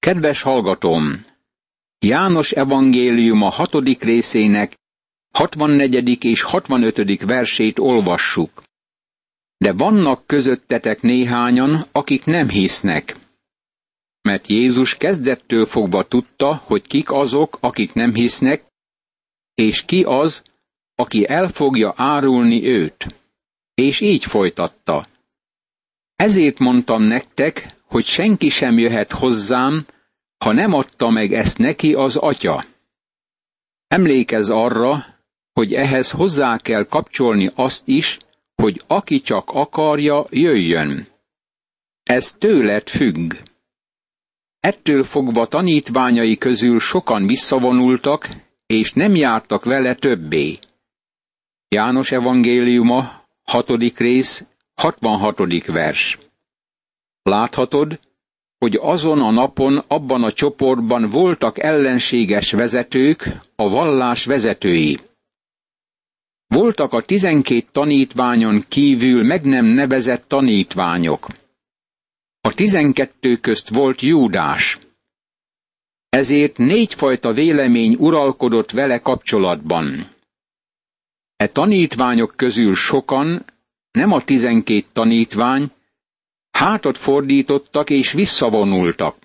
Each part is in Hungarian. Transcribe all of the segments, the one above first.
Kedves hallgatóm! János evangéliuma 6. részének 64. és 65. versét olvassuk. De vannak közöttetek néhányan, akik nem hisznek. Mert Jézus kezdettől fogva tudta, hogy kik azok, akik nem hisznek, és ki az, aki el fogja árulni őt. És így folytatta. Ezért mondtam nektek, hogy senki sem jöhet hozzám, ha nem adta meg ezt neki az Atya. Emlékezz arra, hogy ehhez hozzá kell kapcsolni azt is, hogy aki csak akarja, jöjjön. Ez tőled függ. Ettől fogva tanítványai közül sokan visszavonultak, és nem jártak vele többé. János evangéliuma, 6. rész, 66. vers. Láthatod, hogy azon a napon abban a csoportban voltak ellenséges vezetők, a vallás vezetői. Voltak a 12 tanítványon kívül meg nem nevezett tanítványok. A 12 közt volt Júdás. Ezért 4 fajta vélemény uralkodott vele kapcsolatban. E tanítványok közül sokan, nem a 12 tanítvány, hátat fordítottak és visszavonultak.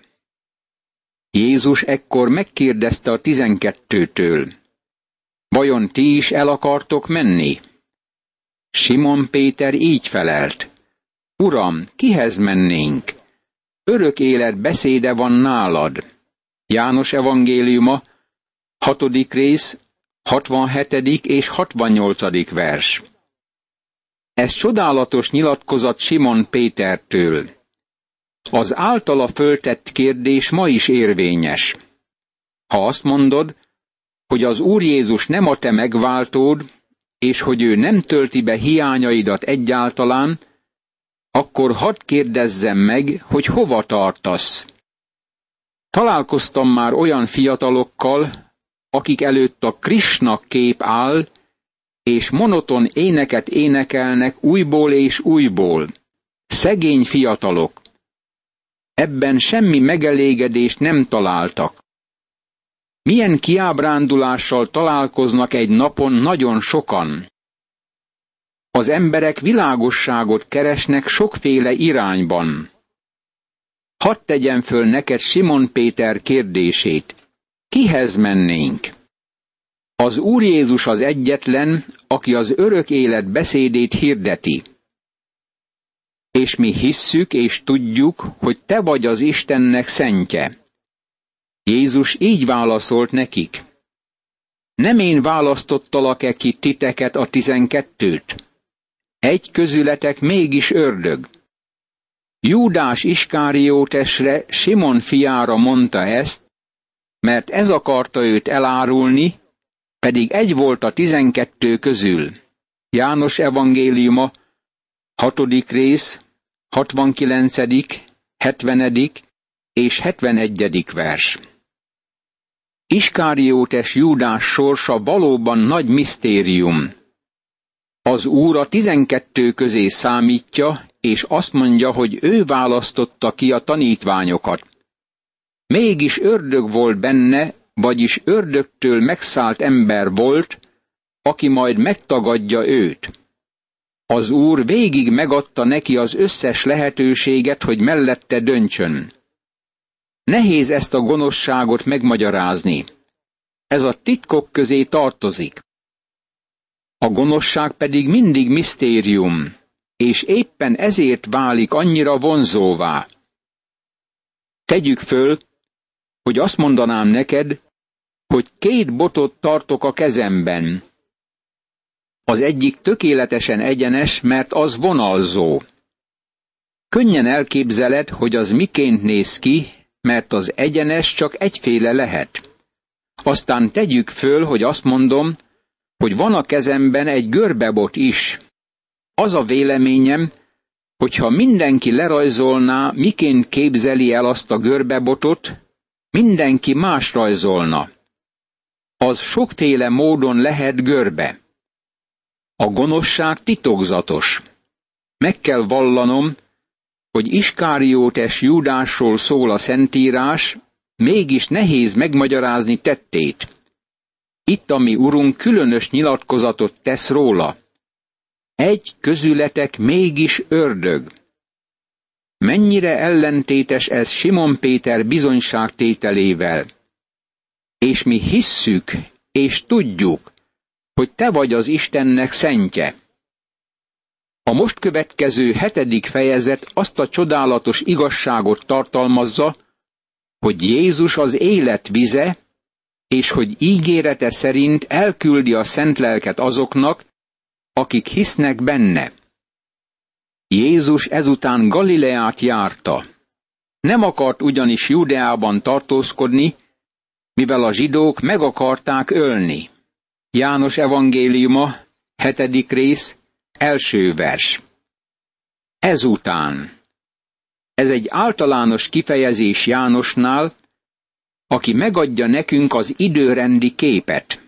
Jézus ekkor megkérdezte a 12-től, vajon ti is el akartok menni? Simon Péter így felelt, Uram, kihez mennénk? Örök élet beszéde van nálad. János evangéliuma, 6. rész, 67. és 68. vers. Ez csodálatos nyilatkozat Simon Pétertől. Az általa föltett kérdés ma is érvényes. Ha azt mondod, hogy az Úr Jézus nem a te megváltód, és hogy ő nem tölti be hiányaidat egyáltalán, akkor hadd kérdezzem meg, hogy hova tartasz. Találkoztam már olyan fiatalokkal, akik előtt a Krisna kép áll, és monoton éneket énekelnek újból és újból. Szegény fiatalok. Ebben semmi megelégedést nem találtak. Milyen kiábrándulással találkoznak egy napon nagyon sokan. Az emberek világosságot keresnek sokféle irányban. Hadd tegyem föl neked Simon Péter kérdését. Kihez mennénk? Az Úr Jézus az egyetlen, aki az örök élet beszédét hirdeti. És mi hisszük és tudjuk, hogy te vagy az Istennek szentje. Jézus így válaszolt nekik. Nem én választottalak-e ki titeket a 12-t? Egy közületek mégis ördög. Júdás Iskáriótesre, Simon fiára mondta ezt, mert ez akarta őt elárulni, pedig egy volt a 12 közül. János evangéliuma, 6. rész, 69., 70. és 71. vers. Iskáriótes Júdás sorsa valóban nagy misztérium. Az Úr a 12 közé számítja, és azt mondja, hogy ő választotta ki a tanítványokat. Mégis ördög volt benne, vagyis ördögtől megszállt ember volt, aki majd megtagadja őt. Az Úr végig megadta neki az összes lehetőséget, hogy mellette döntsön. Nehéz ezt a gonoszságot megmagyarázni. Ez a titkok közé tartozik. A gonoszság pedig mindig misztérium, és éppen ezért válik annyira vonzóvá. Tegyük föl, hogy azt mondanám neked, hogy 2 botot tartok a kezemben. Az egyik tökéletesen egyenes, mert az vonalzó. Könnyen elképzeled, hogy az miként néz ki, mert az egyenes csak egyféle lehet. Aztán tegyük föl, hogy azt mondom, hogy van a kezemben egy görbebot is. Az a véleményem, hogyha mindenki lerajzolná, miként képzeli el azt a görbebotot, mindenki más rajzolna. Az sokféle módon lehet görbe. A gonoszság titokzatos. Meg kell vallanom, hogy Iskáriótes Júdásról szól a Szentírás, mégis nehéz megmagyarázni tettét. Itt a mi Urunk különös nyilatkozatot tesz róla. Egy közületek mégis ördög. Mennyire ellentétes ez Simon Péter bizonyságtételével. És mi hisszük, és tudjuk, hogy te vagy az Istennek szentje. A most következő 7. fejezet azt a csodálatos igazságot tartalmazza, hogy Jézus az élet vize, és hogy ígérete szerint elküldi a szent lelket azoknak, akik hisznek benne. Jézus ezután Galileát járta. Nem akart ugyanis Judeában tartózkodni, mivel a zsidók meg akarták ölni. János evangéliuma, 7. rész, 1. vers. Ezután. Ez egy általános kifejezés Jánosnál, aki megadja nekünk az időrendi képet.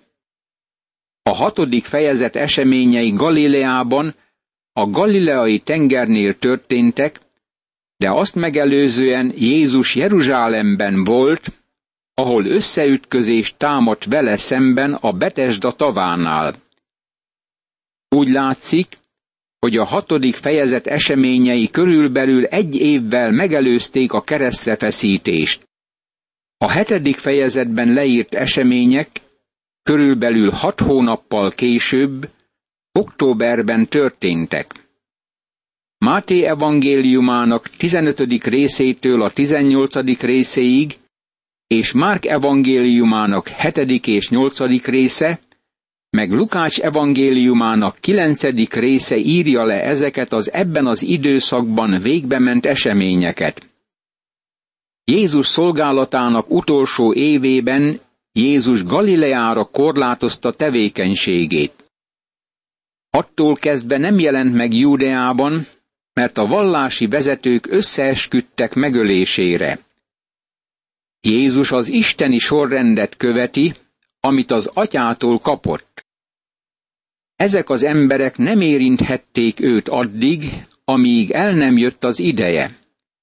A 6. fejezet eseményei Galileában, a Galileai tengernél történtek, de azt megelőzően Jézus Jeruzsálemben volt, ahol összeütközés támadt vele szemben a Betesda tavánál. Úgy látszik, hogy a 6. fejezet eseményei körülbelül 1 évvel megelőzték a keresztre feszítést. A 7. fejezetben leírt események körülbelül 6 hónappal később, októberben történtek. Máté evangéliumának 15. részétől a 18. részéig, és Márk evangéliumának 7. és 8. része, meg Lukács evangéliumának 9. része írja le ezeket az ebben az időszakban végbement eseményeket. Jézus szolgálatának utolsó évében Jézus Galileára korlátozta tevékenységét. Attól kezdve nem jelent meg Judeában, mert a vallási vezetők összeesküdtek megölésére. Jézus az isteni sorrendet követi, amit az atyától kapott. Ezek az emberek nem érinthették őt addig, amíg el nem jött az ideje.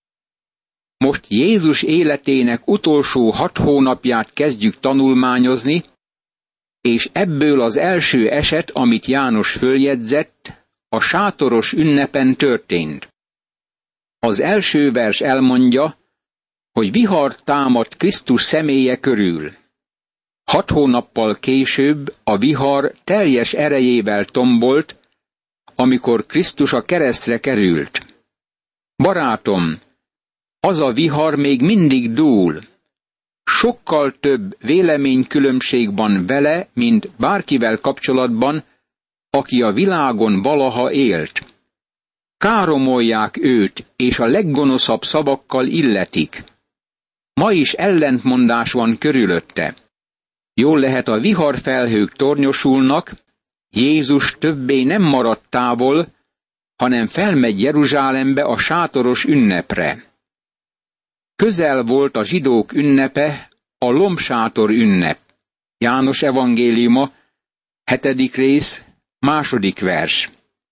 Most Jézus életének utolsó 6 hónapját kezdjük tanulmányozni, és ebből az első eset, amit János följegyzett, a sátoros ünnepen történt. Az első vers elmondja, hogy vihar támadt Krisztus személye körül. 6 hónappal később a vihar teljes erejével tombolt, amikor Krisztus a keresztre került. Barátom, az a vihar még mindig dúl. Sokkal több véleménykülönbség van vele, mint bárkivel kapcsolatban, aki a világon valaha élt. Káromolják őt, és a leggonoszabb szavakkal illetik. Ma is ellentmondás van körülötte. Jól lehet, a viharfelhők tornyosulnak, Jézus többé nem maradt távol, hanem felmegy Jeruzsálembe a sátoros ünnepre. Közel volt a zsidók ünnepe, a lombsátor ünnep. János evangéliuma, 7. rész, 2. vers.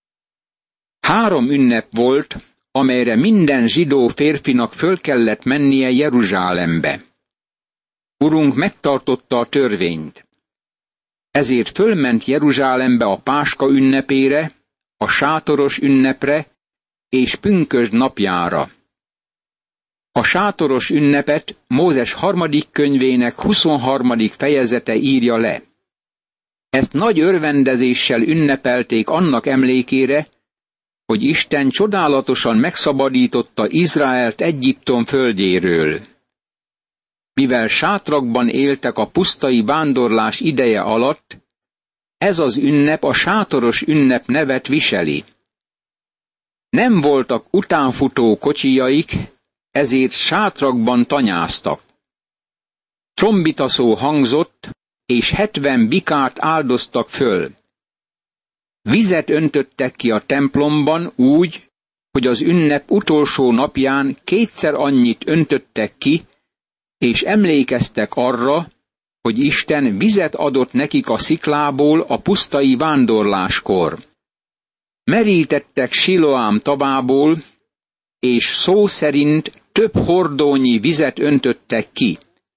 3 ünnep volt, amelyre minden zsidó férfinak föl kellett mennie Jeruzsálembe. Urunk megtartotta a törvényt. Ezért fölment Jeruzsálembe a Páska ünnepére, a sátoros ünnepre és pünkösd napjára. A sátoros ünnepet Mózes 3. könyvének 23. fejezete írja le. Ezt nagy örvendezéssel ünnepelték annak emlékére, hogy Isten csodálatosan megszabadította Izraelt Egyiptom földjéről. Mivel sátrakban éltek a pusztai vándorlás ideje alatt, ez az ünnep a sátoros ünnep nevet viseli. Nem voltak utánfutó kocsijaik, ezért sátrakban tanyáztak. Trombitaszó hangzott, és 70 bikát áldoztak föl. Vizet öntöttek ki a templomban úgy, hogy az ünnep utolsó napján 2-szer annyit öntöttek ki, és emlékeztek arra, hogy Isten vizet adott nekik a sziklából a pusztai vándorláskor. Merítettek Siloám tavából, és szó szerint több hordónyi vizet öntöttek ki.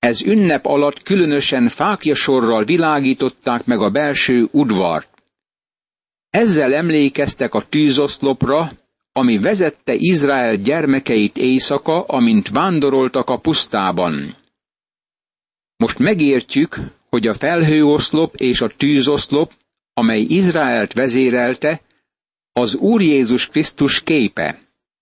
Ez ünnep alatt különösen fáklyasorral világították meg a belső udvart. Ezzel emlékeztek a tűzoszlopra, ami vezette Izrael gyermekeit éjszaka, amint vándoroltak a pusztában. Most megértjük, hogy a felhőoszlop és a tűzoszlop, amely Izraelt vezérelte, az Úr Jézus Krisztus képe.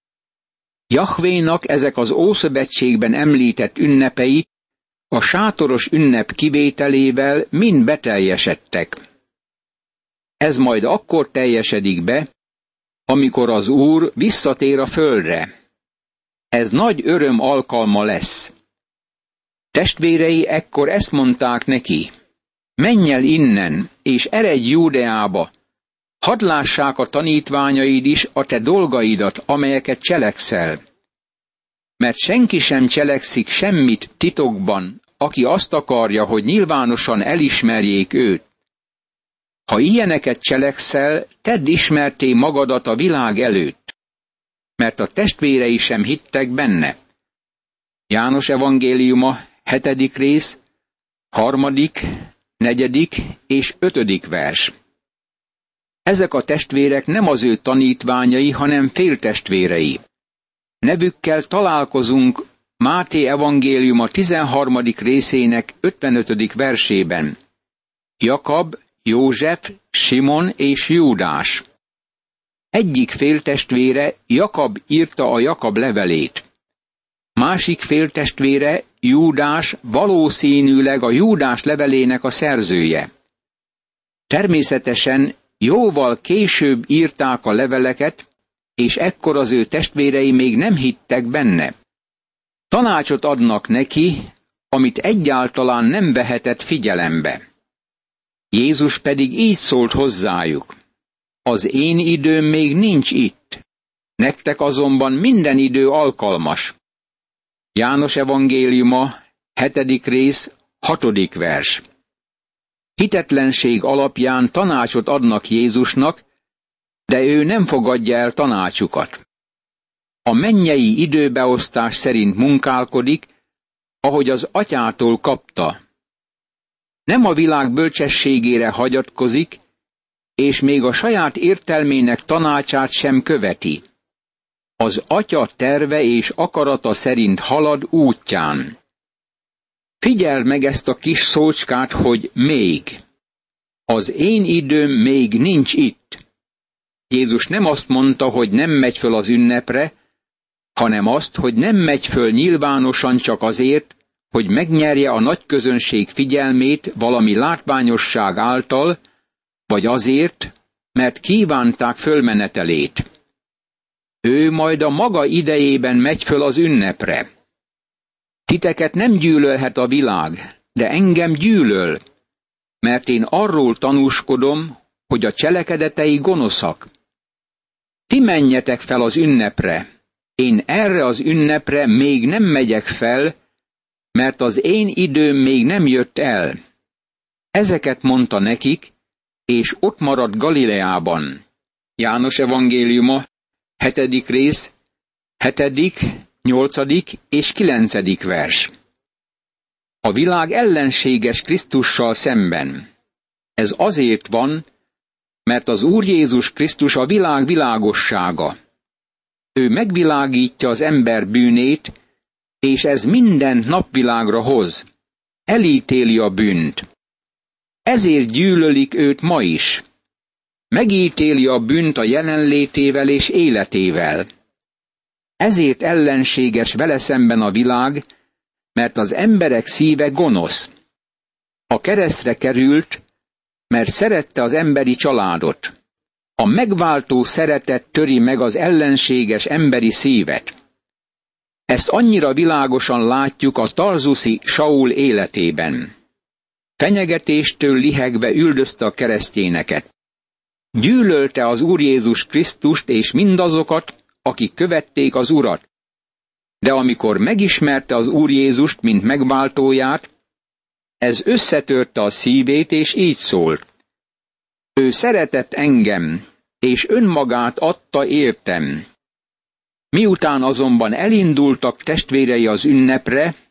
Jahvénak ezek az Ószövetségben említett ünnepei a sátoros ünnep kivételével mind beteljesedtek. Ez majd akkor teljesedik be, amikor az Úr visszatér a földre. Ez nagy öröm alkalma lesz. Testvérei ekkor ezt mondták neki: menj el innen, és eredj Júdeába, hadd lássák a tanítványaid is a te dolgaidat, amelyeket cselekszel. Mert senki sem cselekszik semmit titokban, aki azt akarja, hogy nyilvánosan elismerjék őt. Ha ilyeneket cselekszel, tedd ismerté magadat a világ előtt, mert a testvérei sem hittek benne. János evangéliuma, 7. rész, 3., 4. és 5. vers. Ezek a testvérek nem az ő tanítványai, hanem féltestvérei. Nevükkel találkozunk Máté evangéliuma 13. részének 55. versében. Jakab, József, Simon és Júdás. Egyik féltestvére, Jakab írta a Jakab levelét. Másik féltestvére, Júdás, valószínűleg a Júdás levelének a szerzője. Természetesen jóval később írták a leveleket, és ekkor az ő testvérei még nem hittek benne. Tanácsot adnak neki, amit egyáltalán nem vehetett figyelembe. Jézus pedig így szólt hozzájuk: az én időm még nincs itt, nektek azonban minden idő alkalmas. János evangéliuma, 7. rész, 6. vers. Hitetlenség alapján tanácsot adnak Jézusnak, de ő nem fogadja el tanácsukat. A mennyei időbeosztás szerint munkálkodik, ahogy az atyától kapta. Nem a világ bölcsességére hagyatkozik, és még a saját értelmének tanácsát sem követi. Az atya terve és akarata szerint halad útján. Figyeld meg ezt a kis szócskát, hogy még. Az én időm még nincs itt. Jézus nem azt mondta, hogy nem megy föl az ünnepre, hanem azt, hogy nem megy föl nyilvánosan csak azért, hogy megnyerje a nagy közönség figyelmét valami látványosság által, vagy azért, mert kívánták fölmenetelét. Ő majd a maga idejében megy föl az ünnepre. Titeket nem gyűlölhet a világ, de engem gyűlöl, mert én arról tanúskodom, hogy a cselekedetei gonoszak. Ti menjetek fel az ünnepre, én erre az ünnepre még nem megyek fel, mert az én időm még nem jött el. Ezeket mondta nekik, és ott maradt Galileában. János evangéliuma, 7. rész, 7., 8. és 9. vers. A világ ellenséges Krisztussal szemben. Ez azért van, mert az Úr Jézus Krisztus a világ világossága. Ő megvilágítja az ember bűnét, és ez minden napvilágra hoz. Elítéli a bűnt. Ezért gyűlölik őt ma is. Megítéli a bűnt a jelenlétével és életével. Ezért ellenséges vele szemben a világ, mert az emberek szíve gonosz. A keresztre került, mert szerette az emberi családot. A megváltó szeretet töri meg az ellenséges emberi szívet. Ezt annyira világosan látjuk a tarzuszi Saul életében. Fenyegetéstől lihegve üldözte a keresztényeket. Gyűlölte az Úr Jézus Krisztust és mindazokat, akik követték az Urat. De amikor megismerte az Úr Jézust, mint megváltóját, ez összetörte a szívét, és így szólt: ő szeretett engem, és önmagát adta értem. Miután azonban elindultak testvérei az ünnepre,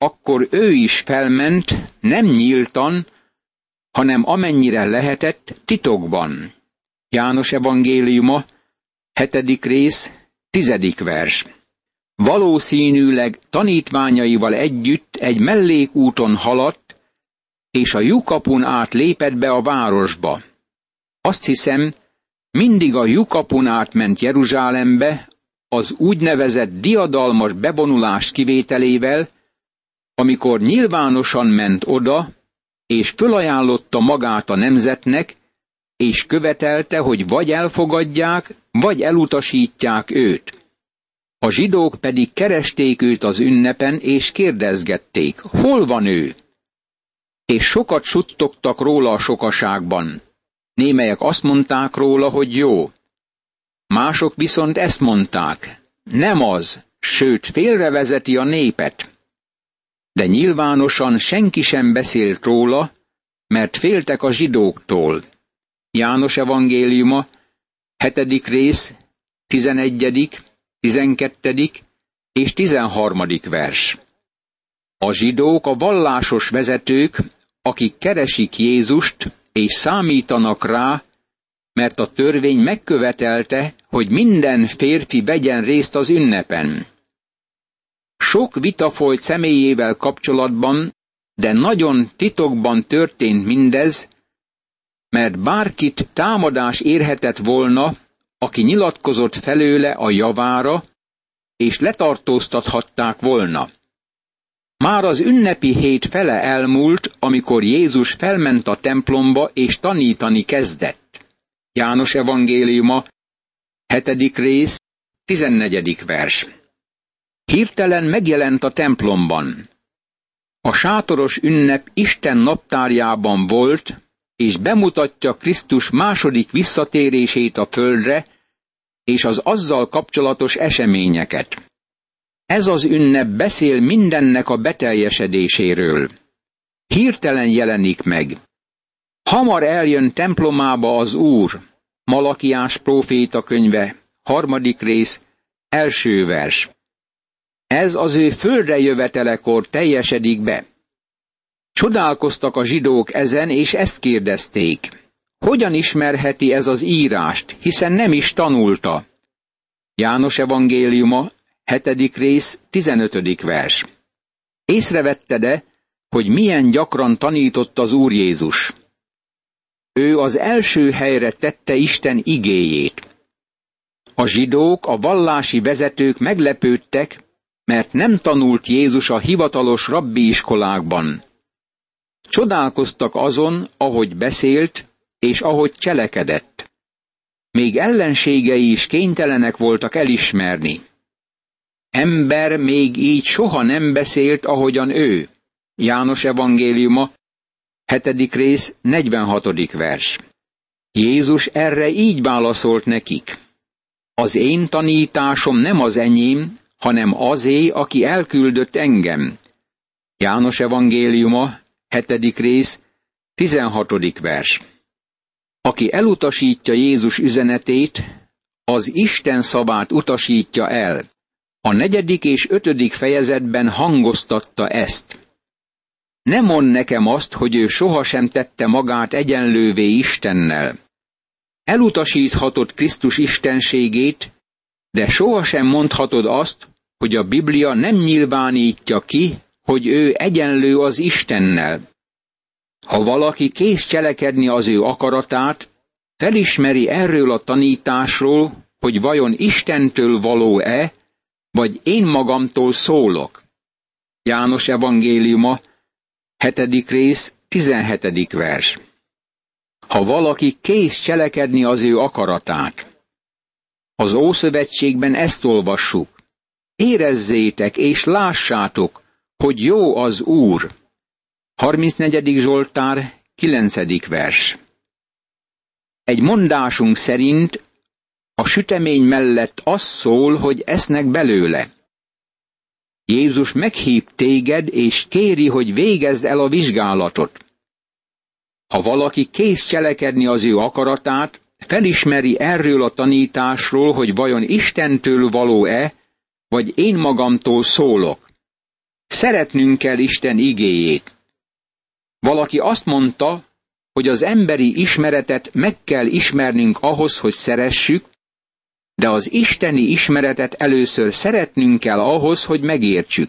akkor ő is felment, nem nyíltan, hanem amennyire lehetett titokban. János evangéliuma, 7. rész, 10. vers. Valószínűleg tanítványaival együtt egy mellékúton haladt, és a lyukapun át lépett be a városba. Azt hiszem, mindig a lyukapun át ment Jeruzsálembe, az úgynevezett diadalmas bevonulás kivételével, amikor nyilvánosan ment oda, és fölajánlotta magát a nemzetnek, és követelte, hogy vagy elfogadják, vagy elutasítják őt. A zsidók pedig keresték őt az ünnepen, és kérdezgették, hol van ő? És sokat suttogtak róla a sokaságban. Némelyek azt mondták róla, hogy jó. Mások viszont ezt mondták, nem az, sőt félrevezeti a népet. De nyilvánosan senki sem beszélt róla, mert féltek a zsidóktól. János evangéliuma, 7. rész, 11., 12. és 13. vers. A zsidók a vallásos vezetők, akik keresik Jézust, és számítanak rá, mert a törvény megkövetelte, hogy minden férfi vegyen részt az ünnepen. Sok vita folyt személyével kapcsolatban, de nagyon titokban történt mindez, mert bárkit támadás érhetett volna, aki nyilatkozott felőle a javára, és letartóztathatták volna. Már az ünnepi hét fele elmúlt, amikor Jézus felment a templomba és tanítani kezdett. János evangéliuma, 7. rész, 14. vers. Hirtelen megjelent a templomban. A sátoros ünnep Isten naptárjában volt, és bemutatja Krisztus második visszatérését a földre, és az azzal kapcsolatos eseményeket. Ez az ünnep beszél mindennek a beteljesedéséről. Hirtelen jelenik meg. Hamar eljön templomába az Úr. Malakiás próféta könyve, 3. rész, 1. vers. Ez az ő földre jövetelekor teljesedik be. Csodálkoztak a zsidók ezen, és ezt kérdezték. Hogyan ismerheti ez az írást, hiszen nem is tanulta? János evangéliuma, 7. rész, 15. vers. Észrevette-e, hogy milyen gyakran tanított az Úr Jézus? Ő az első helyre tette Isten igéjét. A zsidók, a vallási vezetők meglepődtek, mert nem tanult Jézus a hivatalos rabbi iskolákban. Csodálkoztak azon, ahogy beszélt, és ahogy cselekedett. Még ellenségei is kénytelenek voltak elismerni. Ember még így soha nem beszélt, ahogyan ő. János evangéliuma, 7. rész, 46. vers. Jézus erre így válaszolt nekik. Az én tanításom nem az enyém, hanem azé, aki elküldött engem. János evangéliuma, 7. rész, 16. vers. Aki elutasítja Jézus üzenetét, az Isten szavát utasítja el. A 4. és 5. fejezetben hangoztatta ezt. Ne mondd nekem azt, hogy ő sohasem tette magát egyenlővé Istennel. Elutasíthatod Krisztus istenségét, de sohasem mondhatod azt, hogy a Biblia nem nyilvánítja ki, hogy ő egyenlő az Istennel. Ha valaki kész cselekedni az ő akaratát, felismeri erről a tanításról, hogy vajon Istentől való-e, vagy én magamtól szólok. János evangéliuma, 7. rész, 17. vers. Ha valaki kész cselekedni az ő akaratát. Az Ószövetségben ezt olvassuk. Érezzétek és lássátok, hogy jó az Úr. 34. Zsoltár, 9. vers. Egy mondásunk szerint a sütemény mellett az szól, hogy esznek belőle. Jézus meghív téged, és kéri, hogy végezd el a vizsgálatot. Ha valaki kész cselekedni az ő akaratát, felismeri erről a tanításról, hogy vajon Istentől való-e, vagy én magamtól szólok. Szeretnünk kell Isten igéjét. Valaki azt mondta, hogy az emberi ismeretet meg kell ismernünk ahhoz, hogy szeressük, de az isteni ismeretet először szeretnünk kell ahhoz, hogy megértsük.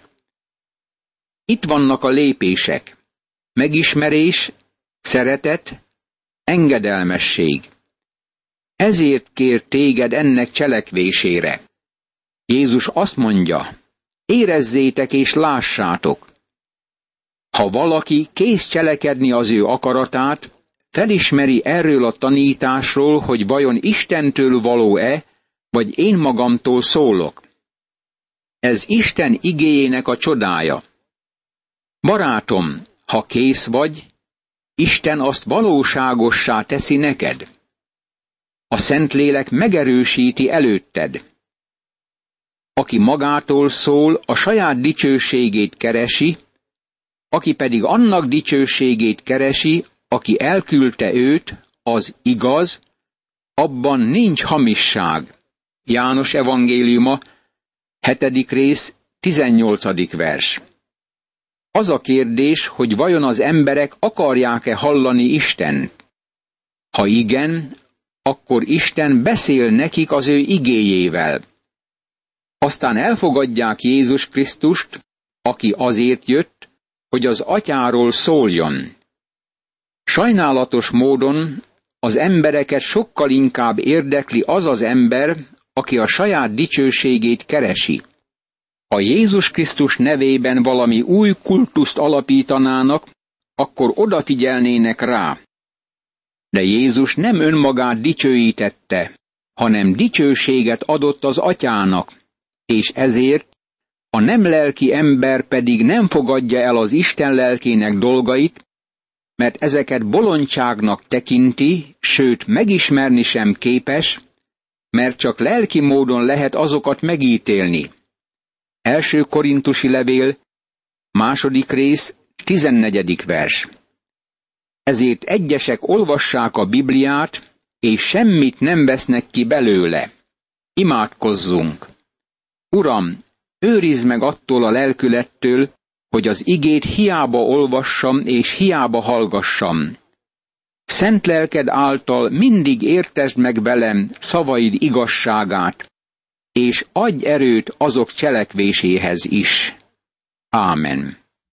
Itt vannak a lépések. Megismerés, szeretet, engedelmesség. Ezért kér téged ennek cselekvésére. Jézus azt mondja, érezzétek és lássátok. Ha valaki kész cselekedni az ő akaratát, felismeri erről a tanításról, hogy vajon Istentől való-e, vagy én magamtól szólok. Ez Isten igéjének a csodája. Barátom, ha kész vagy, Isten azt valóságossá teszi neked. A Szentlélek megerősíti előtted. Aki magától szól, a saját dicsőségét keresi, aki pedig annak dicsőségét keresi, aki elküldte őt, az igaz, abban nincs hamisság. János evangéliuma, 7. rész, 18. vers. Az a kérdés, hogy vajon az emberek akarják-e hallani Istent? Ha igen, akkor Isten beszél nekik az ő igéjével. Aztán elfogadják Jézus Krisztust, aki azért jött, hogy az Atyáról szóljon. Sajnálatos módon az embereket sokkal inkább érdekli az az ember, aki a saját dicsőségét keresi. Ha Jézus Krisztus nevében valami új kultuszt alapítanának, akkor odafigyelnének rá. De Jézus nem önmagát dicsőítette, hanem dicsőséget adott az Atyának, és ezért a nem lelki ember pedig nem fogadja el az Isten lelkének dolgait, mert ezeket bolondságnak tekinti, sőt megismerni sem képes, mert csak lelki módon lehet azokat megítélni. 1. Korintusi levél, 2. rész, 14. vers. Ezért egyesek olvassák a Bibliát, és semmit nem vesznek ki belőle. Imádkozzunk! Uram, őrizd meg attól a lelkülettől, hogy az igét hiába olvassam és hiába hallgassam. Szent lelked által mindig értesd meg velem szavaid igazságát, és adj erőt azok cselekvéséhez is. Ámen.